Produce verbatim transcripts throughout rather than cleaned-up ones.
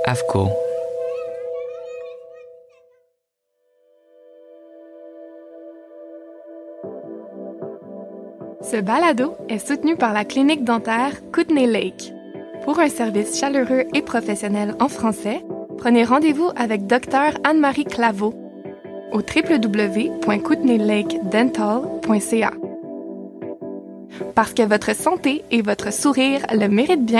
AFCO. Ce balado est soutenu par la clinique dentaire Kootenay Lake. Pour un service chaleureux et professionnel en français, prenez rendez-vous avec Dr Anne-Marie Claveau au w w w point kootenay lake dental point c a. Parce que votre santé et votre sourire le méritent bien.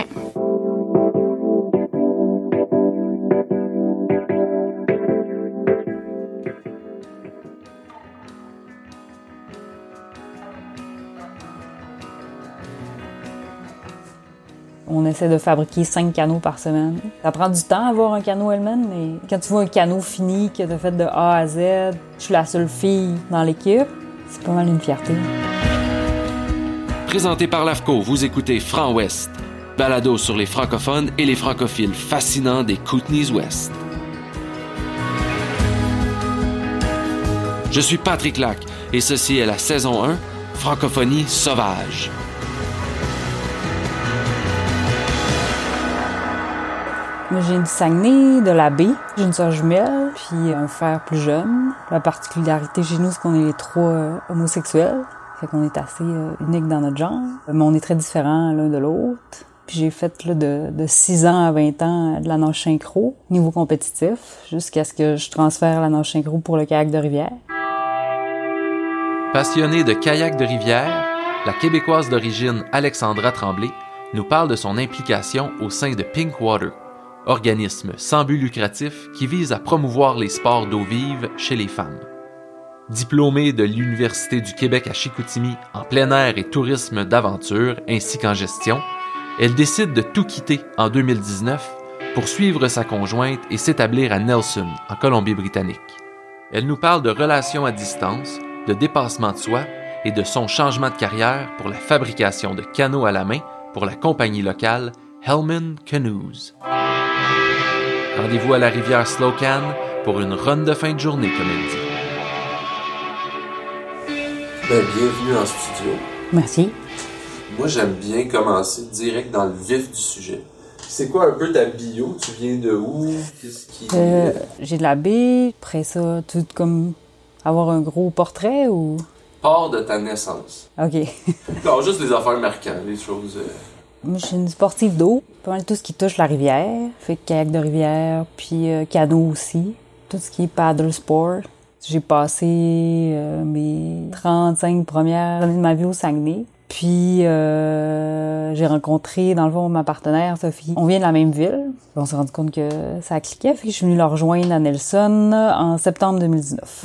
On essaie de fabriquer cinq canaux par semaine. Ça prend du temps à avoir un canot Hellman, mais quand tu vois un canot fini, que tu as fait de A à Z, je suis la seule fille dans l'équipe, c'est pas mal une fierté. Présenté par l'AFCO, vous écoutez Franc-Ouest, balado sur les francophones et les francophiles fascinants des Kootenays-Ouest. Je suis Patrick Lac et ceci est la saison un, Francophonie sauvage. Moi, j'ai du Saguenay, de la baie, j'ai une sœur jumelle, puis un frère plus jeune. La particularité chez nous, c'est qu'on est les trois euh, homosexuels. Fait qu'on est assez euh, unique dans notre genre. Mais on est très différents l'un de l'autre. Puis j'ai fait là, de, de six ans à vingt ans de la nage synchro, niveau compétitif, jusqu'à ce que je transfère la nage synchro pour le kayak de rivière. Passionnée de kayak de rivière, la Québécoise d'origine Alexandra Tremblay nous parle de son implication au sein de Pink Water, organisme sans but lucratif qui vise à promouvoir les sports d'eau vive chez les femmes. Diplômée de l'Université du Québec à Chicoutimi en plein air et tourisme d'aventure ainsi qu'en gestion, elle décide de tout quitter en deux mille dix-neuf pour suivre sa conjointe et s'établir à Nelson, en Colombie-Britannique. Elle nous parle de relations à distance, de dépassement de soi et de son changement de carrière pour la fabrication de canots à la main pour la compagnie locale Hellman Canoes. Rendez-vous à la rivière Slocan pour une run de fin de journée, comme elle dit. Ben, bienvenue en studio. Merci. Moi, j'aime bien commencer direct dans le vif du sujet. C'est quoi un peu ta bio? Tu viens de où? Qu'est-ce qui... Euh, j'ai de la baie, après ça, tout comme avoir un gros portrait ou... Part de ta naissance. OK. Non, juste les affaires marquantes, les choses... Euh... Moi, je suis une sportive d'eau. Pas mal tout ce qui touche la rivière. Fait que kayak de rivière, puis euh, canot aussi. Tout ce qui est paddle sport. J'ai passé euh, mes trente-cinq premières années de ma vie au Saguenay. Puis euh, j'ai rencontré, dans le fond, ma partenaire, Sophie. On vient de la même ville. On s'est rendu compte que ça cliquait. Fait que je suis venue la rejoindre à Nelson en septembre deux mille dix-neuf.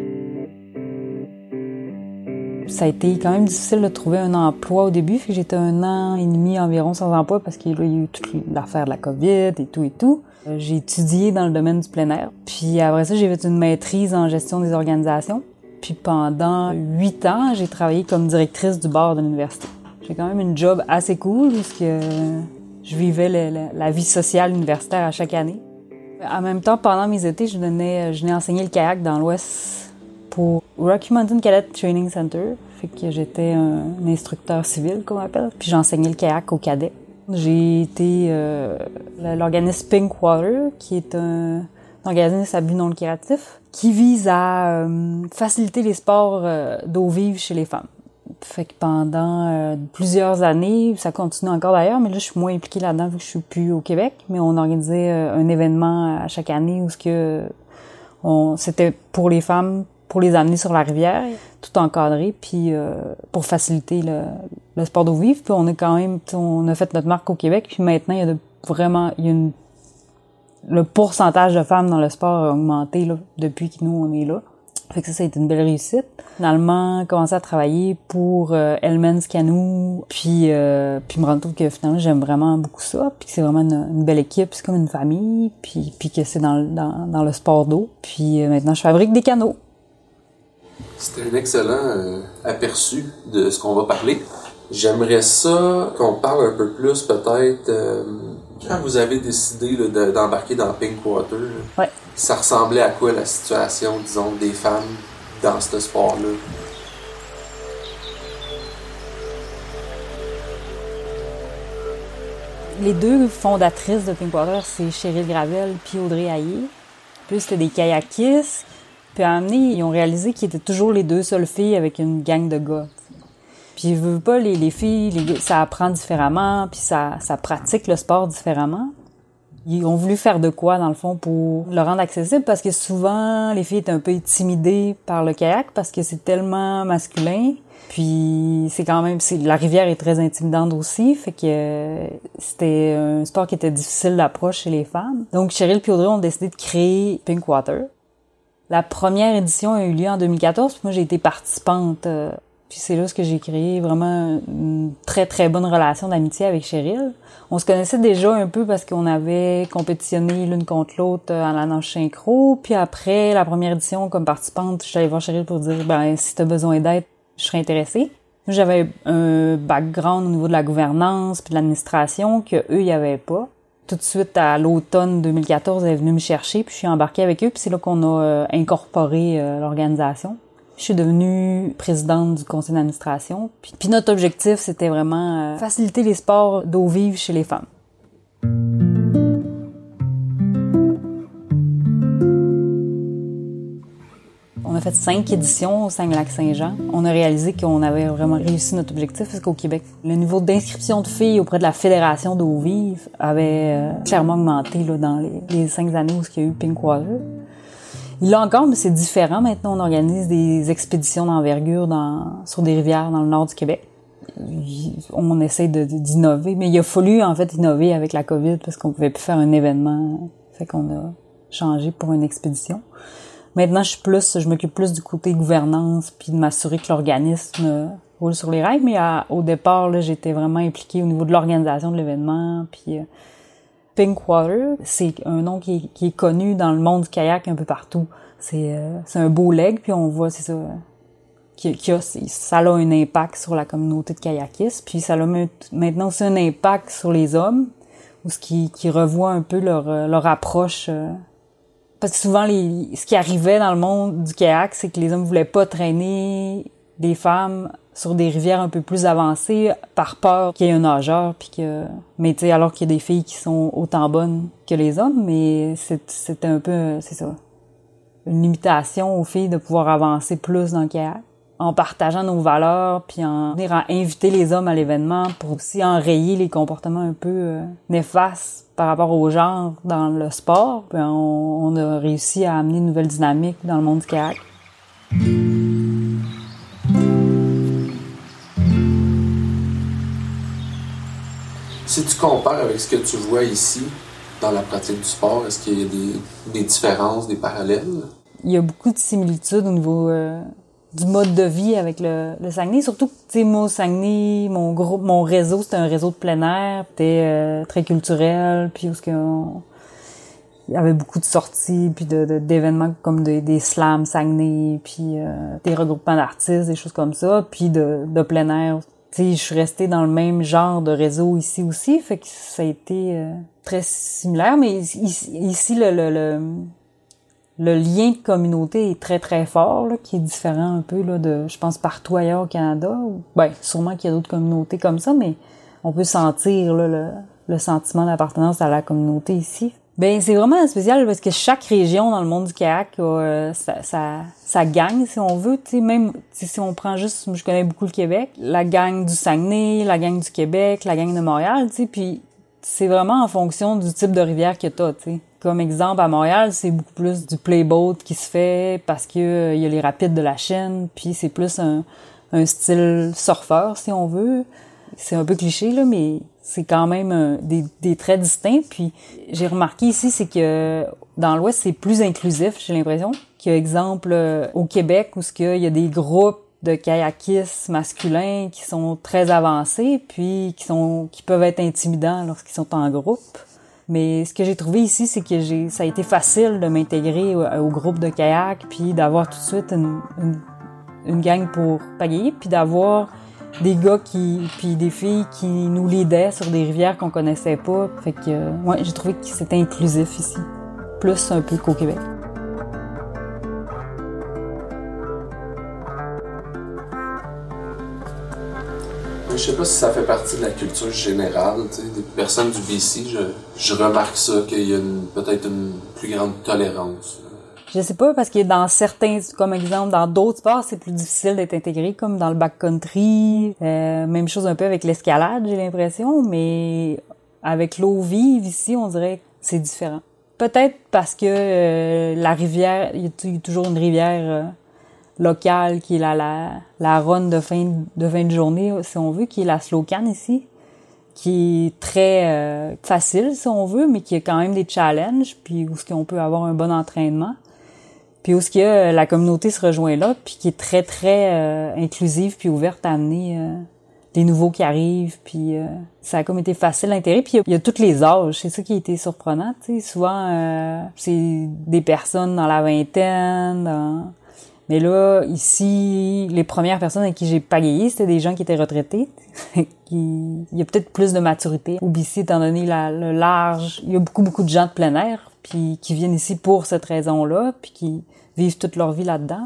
Ça a été quand même difficile de trouver un emploi au début, fait que j'étais un an et demi environ sans emploi parce qu'il y a eu toute l'affaire de la COVID et tout et tout. J'ai étudié dans le domaine du plein air. Puis après ça, j'ai fait une maîtrise en gestion des organisations. Puis pendant huit ans, j'ai travaillé comme directrice du bar de l'université. J'ai quand même une job assez cool parce que je vivais le, le, la vie sociale universitaire à chaque année. En même temps, pendant mes étés, je venais, je venais enseigner le kayak dans l'Ouest pour Rocky Mountain Cadet Training Center. Fait que j'étais un, un instructeur civil, qu'on appelle. Puis j'enseignais le kayak aux cadets. J'ai été euh, l'organisme Pink Water, qui est un, un organisme à but non lucratif, qui vise à euh, faciliter les sports euh, d'eau vive chez les femmes. Fait que pendant euh, plusieurs années, ça continue encore d'ailleurs, mais là je suis moins impliquée là-dedans vu que je suis plus au Québec. Mais on organisait euh, un événement à chaque année où ce que on, c'était pour les femmes, pour les amener sur la rivière, tout encadré, puis euh, pour faciliter le, le sport d'eau vive. Puis on a quand même, on a fait notre marque au Québec, puis maintenant il y a de, vraiment, il y a une, le pourcentage de femmes dans le sport a augmenté là, depuis que nous on est là. Fait que ça, ça a été une belle réussite. Finalement, commencer à travailler pour euh, Hellman's Canoe, puis euh, puis me rendre compte que finalement j'aime vraiment beaucoup ça, puis que c'est vraiment une, une belle équipe, c'est comme une famille, puis puis que c'est dans dans dans le sport d'eau. Puis euh, maintenant je fabrique des canots. C'était un excellent euh, aperçu de ce qu'on va parler. J'aimerais ça qu'on parle un peu plus peut-être euh, quand vous avez décidé là, de, d'embarquer dans Pink Water. Ouais. Ça ressemblait à quoi la situation, disons, des femmes dans ce sport-là? Les deux fondatrices de Pinkwater, c'est Cheryl Gravel puis Audrey Hayé. Puis c'était des kayakistes. Puis à un moment donné, ils ont réalisé qu'ils étaient toujours les deux seules filles avec une gang de gars. Puis ils veulent pas, les, les filles, les gars, ça apprend différemment, puis ça, ça pratique le sport différemment. Ils ont voulu faire de quoi, dans le fond, pour le rendre accessible, parce que souvent, les filles étaient un peu intimidées par le kayak, parce que c'est tellement masculin. Puis c'est quand même, c'est, la rivière est très intimidante aussi, fait que euh, c'était un sport qui était difficile d'approche chez les femmes. Donc Cheryl et Audrey ont décidé de créer Pinkwater. La première édition a eu lieu en deux mille quatorze, puis moi j'ai été participante. Euh, puis c'est là que j'ai créé vraiment une très très bonne relation d'amitié avec Cheryl. On se connaissait déjà un peu parce qu'on avait compétitionné l'une contre l'autre à la nage synchro. Puis après la première édition, comme participante, je suis allée voir Cheryl pour dire ben si t'as besoin d'aide, je serais intéressée. J'avais un background au niveau de la gouvernance puis de l'administration que eux y avaient pas. Tout de suite à l'automne deux mille quatorze, elle est venue me chercher puis je suis embarquée avec eux puis c'est là qu'on a euh, incorporé euh, l'organisation. Je suis devenue présidente du conseil d'administration. Puis, puis notre objectif, c'était vraiment euh, faciliter les sports d'eau vive chez les femmes. On a fait cinq éditions au Saguenay-Lac-Saint-Jean. On a réalisé qu'on avait vraiment réussi notre objectif parce qu'au Québec, le niveau d'inscription de filles auprès de la Fédération d'eau vive avait euh, clairement augmenté là, dans les, les cinq années où il y a eu Pinkwater. Il l'a encore, mais c'est différent. Maintenant, on organise des expéditions d'envergure dans, sur des rivières dans le nord du Québec. On essaie de, de, d'innover, mais il a fallu, en fait, innover avec la COVID parce qu'on pouvait plus faire un événement. Fait qu'on a changé pour une expédition. Maintenant, je suis plus, je m'occupe plus du côté gouvernance puis de m'assurer que l'organisme roule sur les rails. Mais à, au départ, là, j'étais vraiment impliquée au niveau de l'organisation de l'événement. Puis euh, Pinkwater, c'est un nom qui est, qui est connu dans le monde du kayak un peu partout. C'est, euh, c'est un beau leg, puis on voit, c'est ça, qui, qui a, ça a un impact sur la communauté de kayakistes, puis ça a maintenant aussi un impact sur les hommes, ou ce qui, qui revoit un peu leur, leur approche. Euh, parce que souvent, les, ce qui arrivait dans le monde du kayak, c'est que les hommes voulaient pas traîner des femmes sur des rivières un peu plus avancées par peur qu'il y ait un nageur puis que mais tu sais alors qu'il y a des filles qui sont autant bonnes que les hommes, mais c'est c'était un peu c'est ça une limitation aux filles de pouvoir avancer plus dans le kayak en partageant nos valeurs puis en venir à inviter les hommes à l'événement pour aussi enrayer les comportements un peu euh, néfastes par rapport au genre dans le sport. Puis on, on a réussi à amener une nouvelle dynamique dans le monde du kayak. Si tu compares avec ce que tu vois ici, dans la pratique du sport, est-ce qu'il y a des, des différences, des parallèles? Il y a beaucoup de similitudes au niveau euh, du mode de vie avec le, le Saguenay. Surtout que, tu sais, moi, au Saguenay, mon groupe, mon réseau, c'était un réseau de plein air, c'était euh, très culturel, puis où ce qu'on... il y avait beaucoup de sorties, puis de, de, d'événements comme de, des slams Saguenay, puis euh, des regroupements d'artistes, des choses comme ça, puis de, de plein air. Tu sais, je suis restée dans le même genre de réseau ici aussi, fait que ça a été euh, très similaire, mais ici, ici le, le, le, le lien de communauté est très très fort, là, qui est différent un peu là de, je pense, partout ailleurs au Canada. Ben, sûrement qu'il y a d'autres communautés comme ça, mais on peut sentir là, le, le sentiment d'appartenance à la communauté ici. Ben c'est vraiment spécial parce que chaque région dans le monde du kayak a euh, sa, sa, sa gang, si on veut. Tu sais, même si on prend juste, je connais beaucoup le Québec, la gang du Saguenay, la gang du Québec, la gang de Montréal, tu sais, puis c'est vraiment en fonction du type de rivière que t'as, tu sais. Comme exemple, à Montréal, c'est beaucoup plus du playboat qui se fait parce que euh, y a les rapides de la Chine, puis c'est plus un, un style surfeur, si on veut. C'est un peu cliché, là, mais c'est quand même euh, des, des traits distincts. Puis j'ai remarqué ici, c'est que dans l'Ouest, c'est plus inclusif, j'ai l'impression. Qu'il y a exemple euh, au Québec où il y a des groupes de kayakistes masculins qui sont très avancés, puis qui sont qui peuvent être intimidants lorsqu'ils sont en groupe. Mais ce que j'ai trouvé ici, c'est que j'ai ça a été facile de m'intégrer au, au groupe de kayak, puis d'avoir tout de suite une, une, une gang pour pagayer, puis d'avoir des gars qui puis des filles qui nous leadaient sur des rivières qu'on connaissait pas. Fait que euh, ouais, j'ai trouvé que c'était inclusif ici, plus un peu qu'au Québec. sais pas si ça fait partie de la culture générale, tu sais, des personnes du B C, je, je remarque ça, qu'il y a une, peut-être une plus grande tolérance. Je sais pas, parce que dans certains, comme exemple, dans d'autres sports, c'est plus difficile d'être intégré, comme dans le backcountry. Euh, même chose un peu avec l'escalade, j'ai l'impression, mais avec l'eau vive ici, on dirait que c'est différent. Peut-être parce que euh, la rivière, il y a t- toujours une rivière euh, locale qui est la, la, la run de fin, de fin de journée, si on veut, qui est la Slocan ici, qui est très euh, facile, si on veut, mais qui a quand même des challenges, puis où est-ce qu'on peut avoir un bon entraînement. Puis où est-ce que la communauté se rejoint là, puis qui est très, très euh, inclusive puis ouverte à amener euh, des nouveaux qui arrivent, puis euh, ça a comme été facile d'intégrer. Puis il y, y a tous les âges, c'est ça qui a été surprenant, tu sais. Souvent, euh, c'est des personnes dans la vingtaine, dans... mais là, ici, les premières personnes avec qui j'ai pagayé, c'était des gens qui étaient retraités. qui... Il y a peut-être plus de maturité au B C, étant donné la, le large. Il y a beaucoup, beaucoup de gens de plein air, puis qui viennent ici pour cette raison-là, puis qui vivent toute leur vie là-dedans.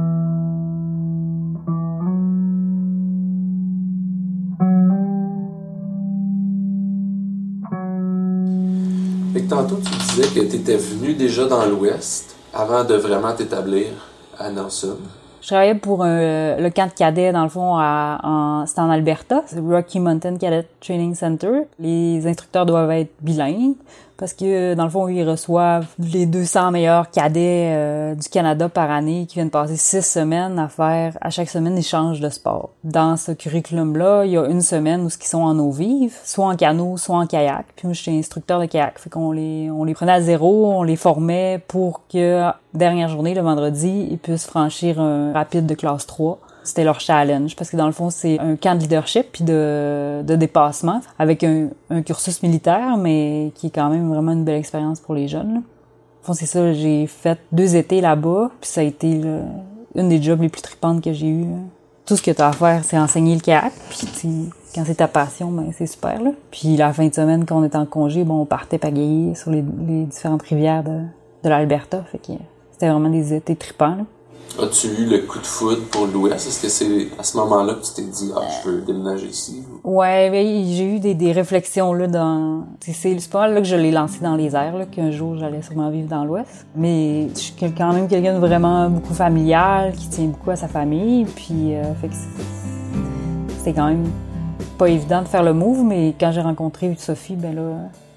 Fait que tantôt, tu disais que tu étais venu déjà dans l'Ouest avant de vraiment t'établir à Nelson. Je travaillais pour un, le camp de cadets, dans le fond, à, en, c'était en Alberta. C'est Rocky Mountain Cadet Training Center. Les instructeurs doivent être bilingues parce que, dans le fond, ils reçoivent les deux cents meilleurs cadets euh, du Canada par année qui viennent passer six semaines à faire, à chaque semaine, échange de sport. Dans ce curriculum-là, il y a une semaine où ils sont en eau vive, soit en canot, soit en kayak. Puis moi, j'étais instructeur de kayak. Fait qu'on les, on les prenait à zéro, on les formait pour que, dernière journée, le vendredi, ils puissent franchir un rapide de classe trois. C'était leur challenge, parce que dans le fond, c'est un camp de leadership puis de, de dépassement, avec un, un cursus militaire, mais qui est quand même vraiment une belle expérience pour les jeunes, là. Au fond, c'est ça, j'ai fait deux étés là-bas, puis ça a été là, une des jobs les plus tripantes que j'ai eues. Là. Tout ce que tu as à faire, c'est enseigner le kayak, puis quand c'est ta passion, ben c'est super, là. Puis la fin de semaine, quand on était en congé, bon, on partait pagayer sur les, les différentes rivières de, de l'Alberta, fait que c'était vraiment des étés tripants, là. As-tu eu le coup de foudre pour l'Ouest? Est-ce que c'est à ce moment-là que tu t'es dit « Ah, je veux déménager ici » ? Ouais, ben, j'ai eu des, des réflexions là dans... C'est, c'est pas mal là que je l'ai lancé dans les airs, là, qu'un jour j'allais sûrement vivre dans l'Ouest. Mais je suis quand même quelqu'un de vraiment beaucoup familial, qui tient beaucoup à sa famille, puis euh, fait que c'était quand même pas évident de faire le move, mais quand j'ai rencontré Sophie, ben là,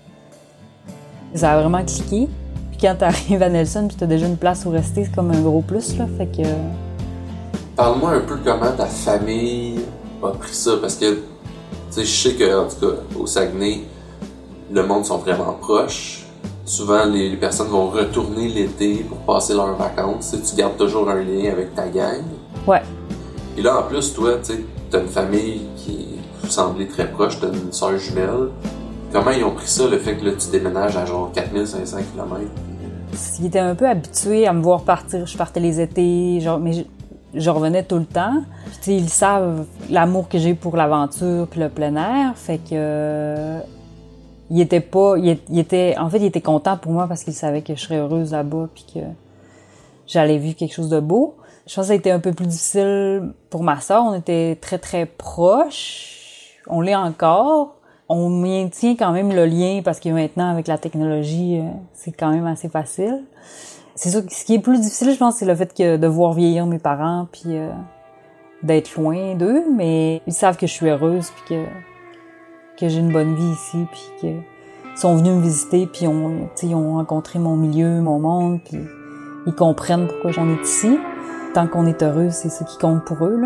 ça a vraiment cliqué. Quand t'arrives à Nelson puis t'as déjà une place où rester, c'est comme un gros plus, là, fait que... Parle-moi un peu comment ta famille a pris ça, parce que, tu sais, je sais que, en tout cas, au Saguenay, le monde sont vraiment proches. Souvent, les, les personnes vont retourner l'été pour passer leurs vacances. Tu sais, tu gardes toujours un lien avec ta gang. Ouais. Et là, en plus, toi, tu sais, t'as une famille qui vous semblait très proche, t'as une sœur jumelle. Comment ils ont pris ça, le fait que là, tu déménages à genre quatre mille cinq cents kilomètres? Ils étaient un peu habitués à me voir partir. Je partais les étés, genre, mais je, je revenais tout le temps. Puis, ils savent l'amour que j'ai pour l'aventure puis le plein air. Fait que... Euh, ils étaient pas... Ils, ils étaient, en fait, ils étaient contents pour moi parce qu'ils savaient que je serais heureuse là-bas puis que j'allais vivre quelque chose de beau. Je pense que ça a été un peu plus difficile pour ma sœur. On était très, très proches. On l'est encore. On maintient quand même le lien parce que maintenant, avec la technologie, c'est quand même assez facile. C'est sûr que ce qui est plus difficile, je pense, c'est le fait que de voir vieillir mes parents puis euh, d'être loin d'eux, mais ils savent que je suis heureuse puis que que j'ai une bonne vie ici puis que sont venus me visiter puis ont, ils ont rencontré mon milieu, mon monde puis ils comprennent pourquoi j'en ai ici. Tant qu'on est heureux, c'est ça qui compte pour eux, là.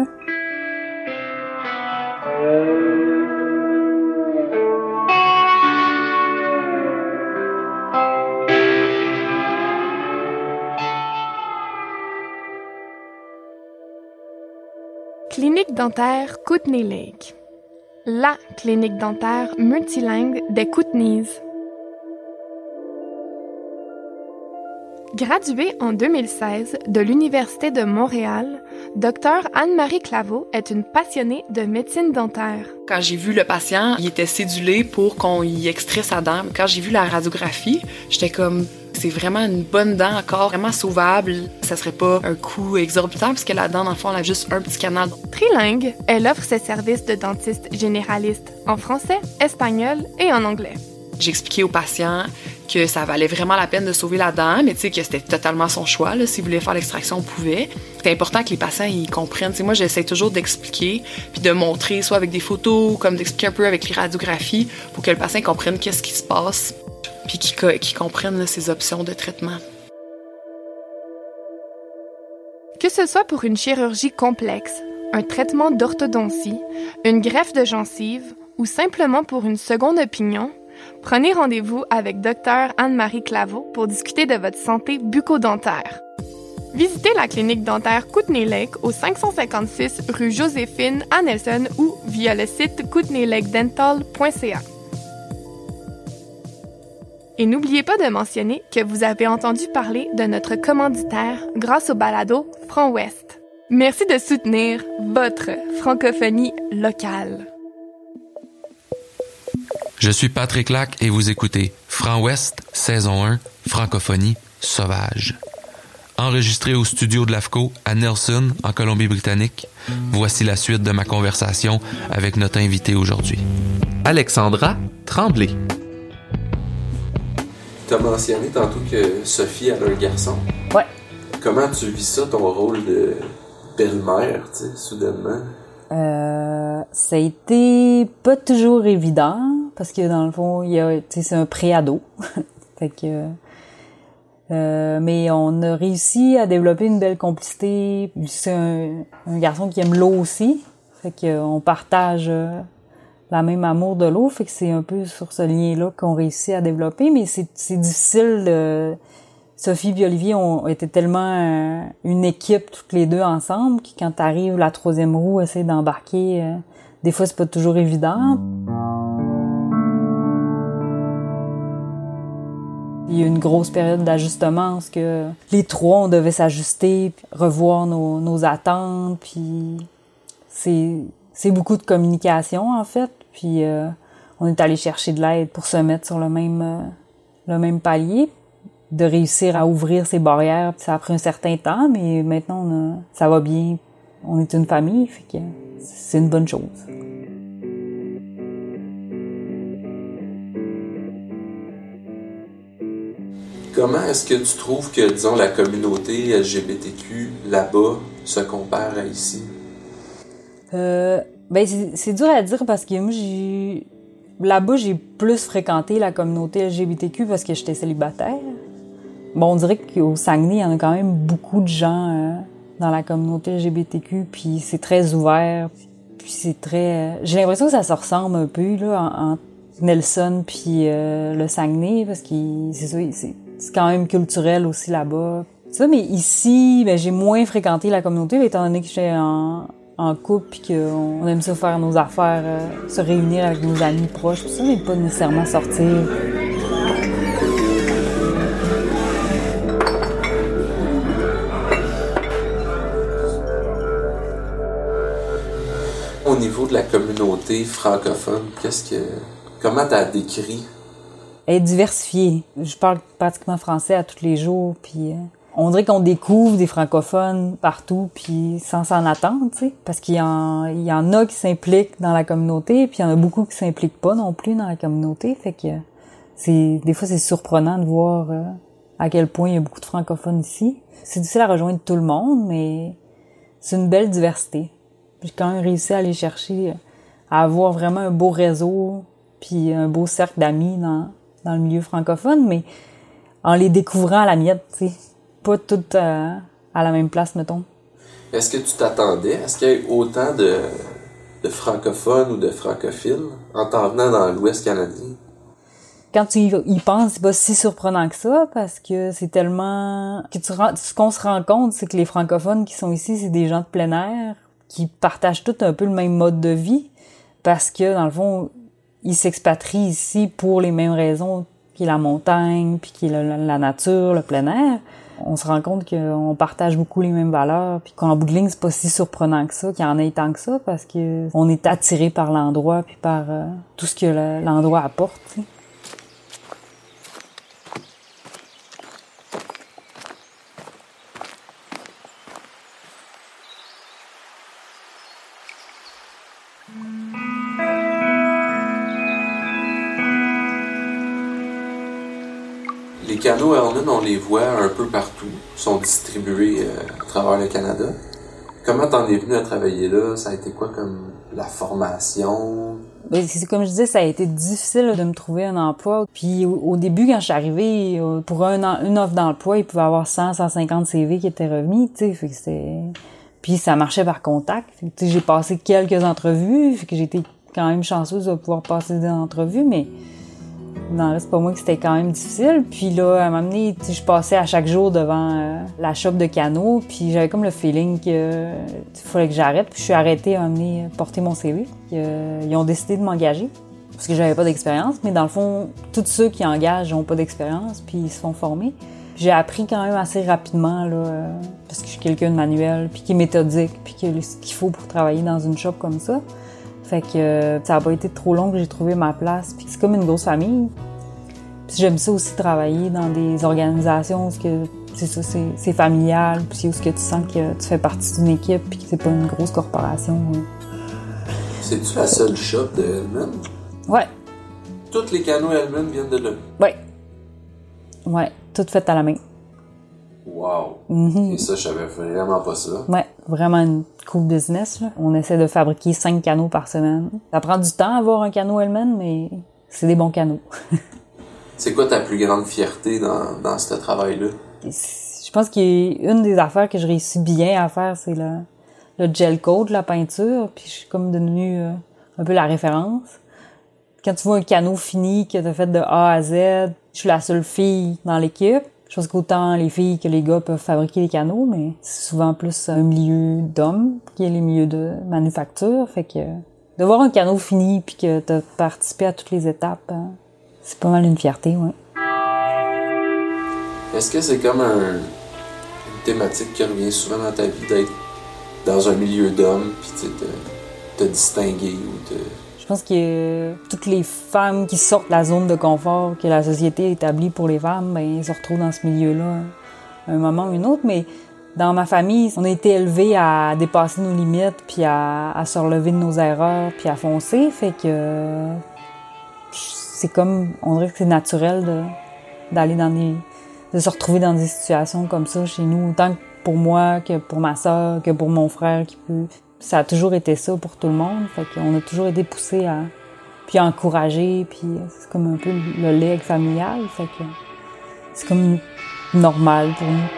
Clinique dentaire Kootenay Lake. La clinique dentaire multilingue des Kootenays. Graduée en deux mille seize de l'Université de Montréal, Dr Anne-Marie Claveau est une passionnée de médecine dentaire. Quand j'ai vu le patient, il était cédulé pour qu'on y extrait sa dent. Quand j'ai vu la radiographie, j'étais comme, c'est vraiment une bonne dent encore, vraiment sauvable. Ça serait pas un coût exorbitant parce que la dent, dans le fond, elle a juste un petit canal. Trilingue, elle offre ses services de dentiste généraliste en français, espagnol et en anglais. J'ai expliqué au patient que ça valait vraiment la peine de sauver la dent, mais tu sais que c'était totalement son choix. Là, s'il voulait faire l'extraction, on pouvait. C'est important que les patients ils comprennent. T'sais, moi, j'essaie toujours d'expliquer puis de montrer, soit avec des photos, comme d'expliquer un peu avec les radiographies, pour que le patient comprenne qu'est-ce qui se passe, puis qu'il, qu'il comprenne là, ses options de traitement. Que ce soit pour une chirurgie complexe, un traitement d'orthodontie, une greffe de gencive ou simplement pour une seconde opinion, prenez rendez-vous avec Dr Anne-Marie Claveau pour discuter de votre santé bucco-dentaire. Visitez la clinique dentaire Kootenay Lake au cinq cent cinquante-six rue Joséphine à Nelson ou via le site kootenay lake dental point c a. Et n'oubliez pas de mentionner que vous avez entendu parler de notre commanditaire grâce au balado Franc Ouest. Merci de soutenir votre francophonie locale. Je suis Patrick Lac et vous écoutez Franc Ouest, saison un, Francophonie sauvage. Enregistré au studio de l'A F C O à Nelson, en Colombie-Britannique, voici la suite de ma conversation avec notre invitée aujourd'hui. Alexandra Tremblay. Tu as mentionné tantôt que Sophie a un garçon. Ouais. Comment tu vis ça, ton rôle de belle-mère, tu sais, soudainement? Euh, ça a été pas toujours évident, parce que dans le fond, il y a, tu sais, c'est un pré-ado. Fait que, euh, mais on a réussi à développer une belle complicité. C'est un, un garçon qui aime l'eau aussi. Fait que, on partage euh, la même amour de l'eau. Fait que c'est un peu sur ce lien-là qu'on réussit à développer, mais c'est, c'est difficile. Euh, Sophie et Olivier ont été tellement euh, une équipe toutes les deux ensemble que quand t'arrives la troisième roue, essayer d'embarquer, euh, des fois c'est pas toujours évident. Il y a eu une grosse période d'ajustement parce que les trois on devait s'ajuster, puis revoir nos, nos attentes, puis c'est c'est beaucoup de communication en fait, puis euh, on est allé chercher de l'aide pour se mettre sur le même euh, le même palier. De réussir à ouvrir ces barrières. Ça a pris un certain temps, mais maintenant, on a, ça va bien. On est une famille, fait que c'est une bonne chose. Comment est-ce que tu trouves que, disons, la communauté L G B T Q là-bas se compare à ici? Euh, ben, c'est, c'est dur à dire parce que moi, j'ai... Là-bas, j'ai plus fréquenté la communauté L G B T Q parce que j'étais célibataire. Bon, on dirait qu'au Saguenay, il y en a quand même beaucoup de gens euh, dans la communauté L G B T Q, puis c'est très ouvert, puis c'est très... Euh, j'ai l'impression que ça se ressemble un peu, là, en, en Nelson puis euh, le Saguenay, parce que c'est ça, c'est, c'est quand même culturel aussi là-bas. C'est ça, mais ici, ben, j'ai moins fréquenté la communauté, étant donné que j'étais en, en couple, puis qu'on aime ça faire nos affaires, euh, se réunir avec nos amis proches, tout ça, mais pas nécessairement sortir. Au niveau de la communauté francophone, qu'est-ce que, comment t'as décrit? Elle est diversifiée. Je parle pratiquement français à tous les jours, puis euh, on dirait qu'on découvre des francophones partout, puis sans s'en attendre, tu sais, parce qu'il y en, il y en a qui s'impliquent dans la communauté, puis il y en a beaucoup qui s'impliquent pas non plus dans la communauté, fait que c'est des fois c'est surprenant de voir euh, à quel point il y a beaucoup de francophones ici. C'est difficile à rejoindre tout le monde, mais c'est une belle diversité. J'ai quand même réussi à aller chercher, à avoir vraiment un beau réseau, puis un beau cercle d'amis dans, dans le milieu francophone, mais en les découvrant à la miette, tu sais, pas toutes euh, à la même place, mettons. Est-ce que tu t'attendais à ce qu'il y ait autant de, de francophones ou de francophiles en t'en venant dans l'Ouest canadien? Quand tu y penses, c'est pas si surprenant que ça, parce que c'est tellement... que tu, ce qu'on se rend compte, c'est que les francophones qui sont ici, c'est des gens de plein air, qui partagent tous un peu le même mode de vie, parce que, dans le fond, ils s'expatrient ici pour les mêmes raisons, qui est la montagne, puis qui est la, la nature, le plein air. On se rend compte qu'on partage beaucoup les mêmes valeurs, puis qu'en bout de ligne, c'est pas si surprenant que ça, qu'il y en ait tant que ça, parce que on est attiré par l'endroit, puis par euh, tout ce que le, l'endroit apporte, t'sais. Les canaux Hellman, on les voit un peu partout, sont distribués euh, à travers le Canada. Comment t'en es venu à travailler là? Ça a été quoi comme la formation? Ben, c'est comme je disais, ça a été difficile de me trouver un emploi. Puis au, au début, quand je suis arrivée, pour un, une offre d'emploi, il pouvait y avoir cent, cent cinquante C V qui étaient remis, tu sais, fait que c'était... Puis ça marchait par contact. Fait que, tu sais, j'ai passé quelques entrevues, fait que j'étais quand même chanceuse de pouvoir passer des entrevues, mais dans le reste, pas moi que c'était quand même difficile. Puis là, à un moment donné, tu sais, je passais à chaque jour devant euh, la shop de canaux, puis j'avais comme le feeling que euh, il fallait que j'arrête. Puis je suis arrêtée à amener porter mon C V. Puis, euh, ils ont décidé de m'engager parce que j'avais pas d'expérience. Mais dans le fond, tous ceux qui engagent n'ont pas d'expérience, puis ils se font former. J'ai appris quand même assez rapidement là, euh, parce que je suis quelqu'un de manuel, puis qui est méthodique, puis qui a ce qu'il faut pour travailler dans une shop comme ça. Fait que euh, ça a pas été trop long que j'ai trouvé ma place. Puis c'est comme une grosse famille. Puis j'aime ça aussi travailler dans des organisations où que c'est ça, c'est, c'est familial, puis où ce que tu sens que tu fais partie d'une équipe, puis que c'est pas une grosse corporation. Ouais. C'est-tu la seule shop de Hellman? Ouais. Tous les canaux Hellman viennent de là? Ouais. Ouais, tout fait à la main. Wow! Mm-hmm. Et ça, je savais vraiment pas ça. Ouais, vraiment une cool business, là. On essaie de fabriquer cinq canaux par semaine. Ça prend du temps à avoir un canot Hellman, mais c'est des bons canaux. C'est quoi ta plus grande fierté dans, dans ce travail-là? Je pense qu'une des affaires que je réussis bien à faire, c'est le, le gel coat, la peinture, puis je suis comme devenue euh, un peu la référence. Quand tu vois un canot fini que t'as fait de A à Z, je suis la seule fille dans l'équipe. Je pense qu'autant les filles que les gars peuvent fabriquer des canaux, mais c'est souvent plus un milieu d'hommes qui est les milieux de manufacture. Fait que de voir un canot fini puis que t'as participé à toutes les étapes, hein, c'est pas mal une fierté, ouais. Est-ce que c'est comme un, une thématique qui revient souvent dans ta vie d'être dans un milieu d'hommes puis tu sais, te, te distinguer ou te... Je pense que toutes les femmes qui sortent de la zone de confort que la société a établie pour les femmes, ben, elles se retrouvent dans ce milieu-là à un moment ou un autre. Mais dans ma famille, on a été élevés à dépasser nos limites, puis à, à se relever de nos erreurs, puis à foncer. Fait que c'est comme, on dirait que c'est naturel de, d'aller dans des, de se retrouver dans des situations comme ça chez nous, autant pour moi que pour ma sœur, que pour mon frère qui peut... Ça a toujours été ça pour tout le monde. Fait qu'on a toujours été poussés à... puis à encourager, puis c'est comme un peu le legs familial. Fait que c'est comme normal pour nous.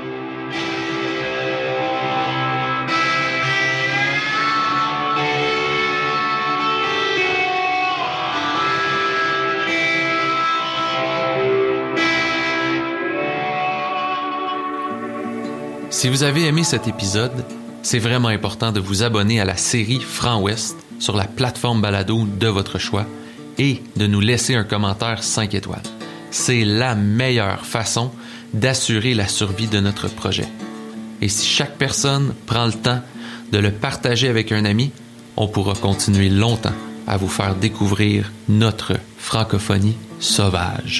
Si vous avez aimé cet épisode, c'est vraiment important de vous abonner à la série Franc-Ouest sur la plateforme balado de votre choix et de nous laisser un commentaire cinq étoiles. C'est la meilleure façon d'assurer la survie de notre projet. Et si chaque personne prend le temps de le partager avec un ami, on pourra continuer longtemps à vous faire découvrir notre francophonie sauvage.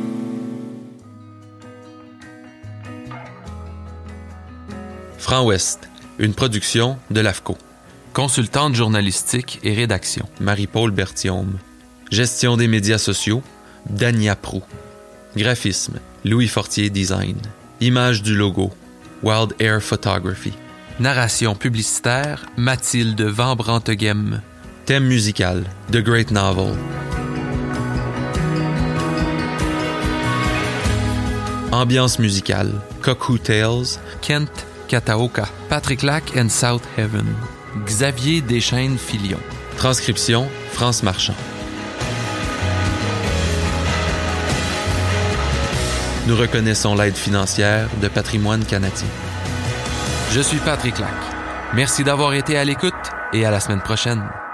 Franc-Ouest, une production de l'A F C O. Consultante journalistique et rédaction, Marie-Paul Berthiaume. Gestion des médias sociaux, Dania Proux. Graphisme, Louis Fortier Design. Image du logo, Wild Air Photography. Narration publicitaire, Mathilde Van Branteghem. Thème musical, The Great Novel. Ambiance musicale, Cuckoo Tales, Kent Kataoka, Patrick Lac and South Haven. Xavier Deschaines-Filion. Transcription, France Marchand. Nous reconnaissons l'aide financière de Patrimoine canadien. Je suis Patrick Lac. Merci d'avoir été à l'écoute et à la semaine prochaine.